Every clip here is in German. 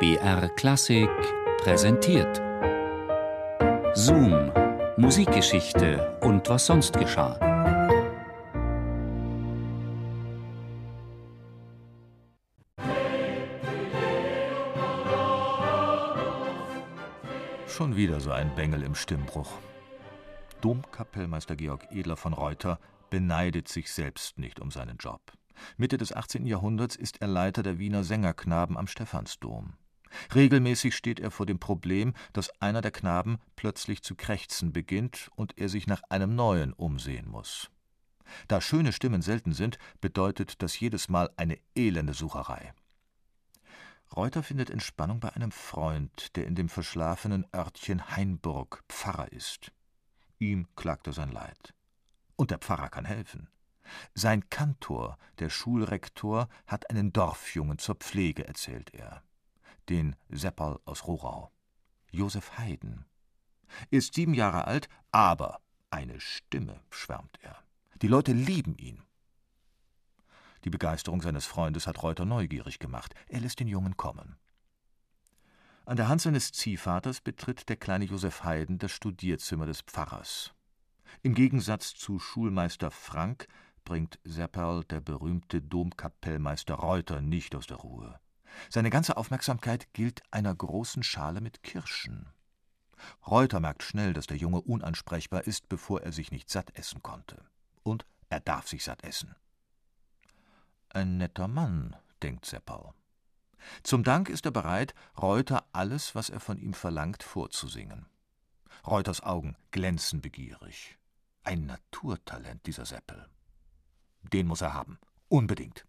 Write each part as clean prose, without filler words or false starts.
BR Klassik präsentiert Zoom, Musikgeschichte und was sonst geschah. Schon wieder so ein Bengel im Stimmbruch. Domkapellmeister Georg Edler von Reutter beneidet sich selbst nicht um seinen Job. Mitte des 18. Jahrhunderts ist er Leiter der Wiener Sängerknaben am Stephansdom. Regelmäßig steht er vor dem Problem, dass einer der Knaben plötzlich zu krächzen beginnt und er sich nach einem neuen umsehen muss. Da schöne Stimmen selten sind, bedeutet das jedes Mal eine elende Sucherei. Reutter findet Entspannung bei einem Freund, der in dem verschlafenen Örtchen Hainburg Pfarrer ist. Ihm klagt er sein Leid. Und der Pfarrer kann helfen. Sein Kantor, der Schulrektor, hat einen Dorfjungen zur Pflege, erzählt er. Den Sepperl aus Rohrau. Josef Haydn. Ist 7 Jahre alt, aber eine Stimme, schwärmt er. Die Leute lieben ihn. Die Begeisterung seines Freundes hat Reutter neugierig gemacht. Er lässt den Jungen kommen. An der Hand seines Ziehvaters betritt der kleine Josef Haydn das Studierzimmer des Pfarrers. Im Gegensatz zu Schulmeister Frank bringt Sepperl, der berühmte Domkapellmeister Reutter, nicht aus der Ruhe. Seine ganze Aufmerksamkeit gilt einer großen Schale mit Kirschen. Reutter merkt schnell, dass der Junge unansprechbar ist, bevor er sich nicht satt essen konnte. Und er darf sich satt essen. Ein netter Mann, denkt Sepperl. Zum Dank ist er bereit, Reutter alles, was er von ihm verlangt, vorzusingen. Reuters Augen glänzen begierig. Ein Naturtalent, dieser Seppel. Den muss er haben. Unbedingt.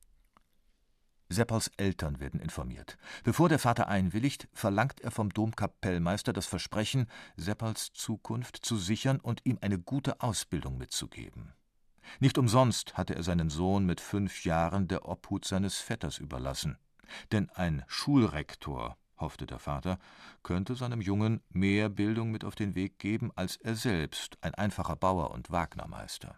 Sepperls Eltern werden informiert. Bevor der Vater einwilligt, verlangt er vom Domkapellmeister das Versprechen, Sepperls Zukunft zu sichern und ihm eine gute Ausbildung mitzugeben. Nicht umsonst hatte er seinen Sohn mit 5 Jahren der Obhut seines Vetters überlassen. Denn ein Schulrektor, hoffte der Vater, könnte seinem Jungen mehr Bildung mit auf den Weg geben als er selbst, ein einfacher Bauer und Wagnermeister.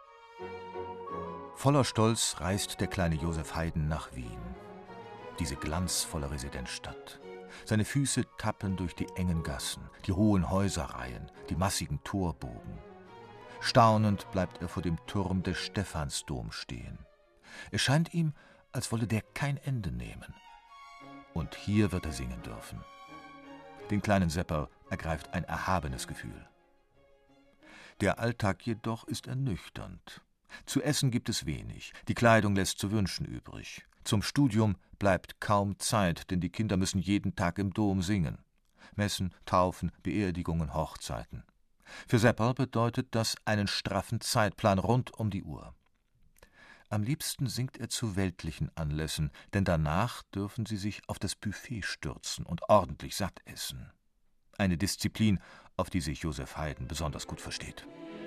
Voller Stolz reist der kleine Josef Haydn nach Wien. Diese glanzvolle Residenzstadt. Seine Füße tappen durch die engen Gassen, die hohen Häuserreihen, die massigen Torbogen. Staunend bleibt er vor dem Turm des Stephansdom stehen. Es scheint ihm, als wolle der kein Ende nehmen. Und hier wird er singen dürfen. Den kleinen Sepperl ergreift ein erhabenes Gefühl. Der Alltag jedoch ist ernüchternd. Zu essen gibt es wenig, die Kleidung lässt zu wünschen übrig. Zum Studium bleibt kaum Zeit, denn die Kinder müssen jeden Tag im Dom singen. Messen, Taufen, Beerdigungen, Hochzeiten. Für Sepperl bedeutet das einen straffen Zeitplan rund um die Uhr. Am liebsten singt er zu weltlichen Anlässen, denn danach dürfen sie sich auf das Buffet stürzen und ordentlich satt essen. Eine Disziplin, auf die sich Josef Haydn besonders gut versteht.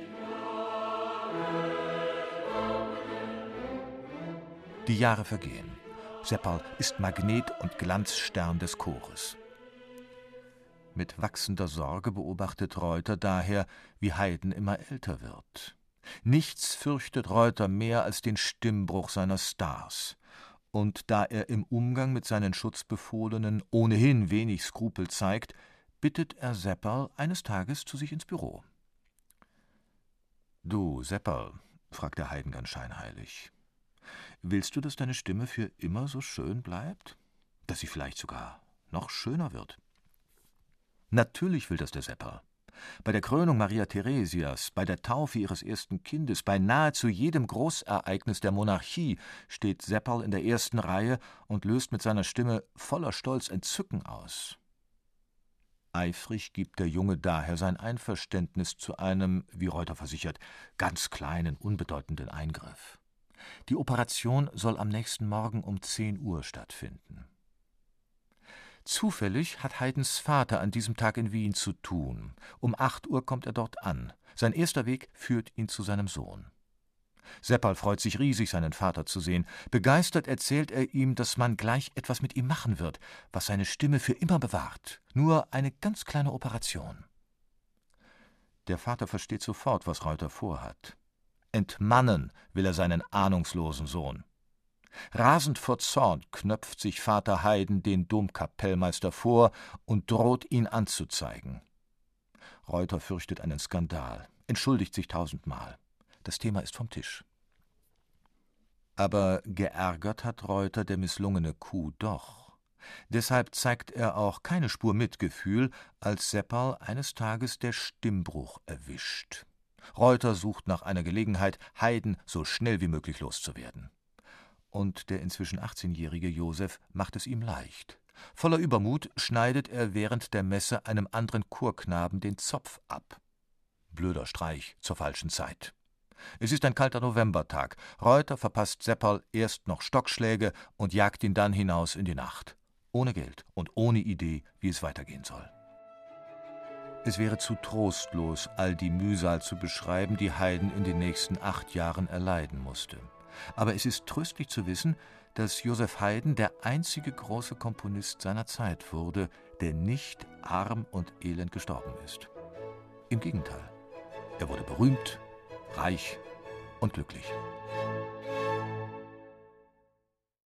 Die Jahre vergehen. Sepperl ist Magnet und Glanzstern des Chores. Mit wachsender Sorge beobachtet Reutter daher, wie Haydn immer älter wird. Nichts fürchtet Reutter mehr als den Stimmbruch seiner Stars. Und da er im Umgang mit seinen Schutzbefohlenen ohnehin wenig Skrupel zeigt, bittet er Sepperl eines Tages zu sich ins Büro. »Du, Sepperl«, fragt der Haydn ganz scheinheilig, »willst du, dass deine Stimme für immer so schön bleibt? Dass sie vielleicht sogar noch schöner wird?« Natürlich will das der Sepperl. Bei der Krönung Maria Theresias, bei der Taufe ihres ersten Kindes, bei nahezu jedem Großereignis der Monarchie steht Sepperl in der ersten Reihe und löst mit seiner Stimme voller Stolz Entzücken aus. Eifrig gibt der Junge daher sein Einverständnis zu einem, wie Reutter versichert, ganz kleinen, unbedeutenden Eingriff. Die Operation soll am nächsten Morgen um 10 Uhr stattfinden. Zufällig hat Haydns Vater an diesem Tag in Wien zu tun. Um 8 Uhr kommt er dort an. Sein erster Weg führt ihn zu seinem Sohn. Sepperl freut sich riesig, seinen Vater zu sehen. Begeistert erzählt er ihm, dass man gleich etwas mit ihm machen wird, was seine Stimme für immer bewahrt. Nur eine ganz kleine Operation. Der Vater versteht sofort, was Reutter vorhat. Entmannen will er seinen ahnungslosen Sohn. Rasend vor Zorn knöpft sich Vater Heyden den Domkapellmeister vor und droht, ihn anzuzeigen. Reuter fürchtet einen Skandal, entschuldigt sich 1000-mal. Das Thema ist vom Tisch. Aber geärgert hat Reuter der misslungene Coup doch. Deshalb zeigt er auch keine Spur Mitgefühl, als Sepperl eines Tages der Stimmbruch erwischt. Reuter sucht nach einer Gelegenheit, Heyden so schnell wie möglich loszuwerden. Und der inzwischen 18-jährige Joseph macht es ihm leicht. Voller Übermut schneidet er während der Messe einem anderen Chorknaben den Zopf ab. Blöder Streich zur falschen Zeit. Es ist ein kalter Novembertag. Reuter verpasst Sepperl erst noch Stockschläge und jagt ihn dann hinaus in die Nacht. Ohne Geld und ohne Idee, wie es weitergehen soll. Es wäre zu trostlos, all die Mühsal zu beschreiben, die Heyden in den nächsten 8 Jahren erleiden musste. Aber es ist tröstlich zu wissen, dass Joseph Heyden der einzige große Komponist seiner Zeit wurde, der nicht arm und elend gestorben ist. Im Gegenteil, er wurde berühmt, reich und glücklich.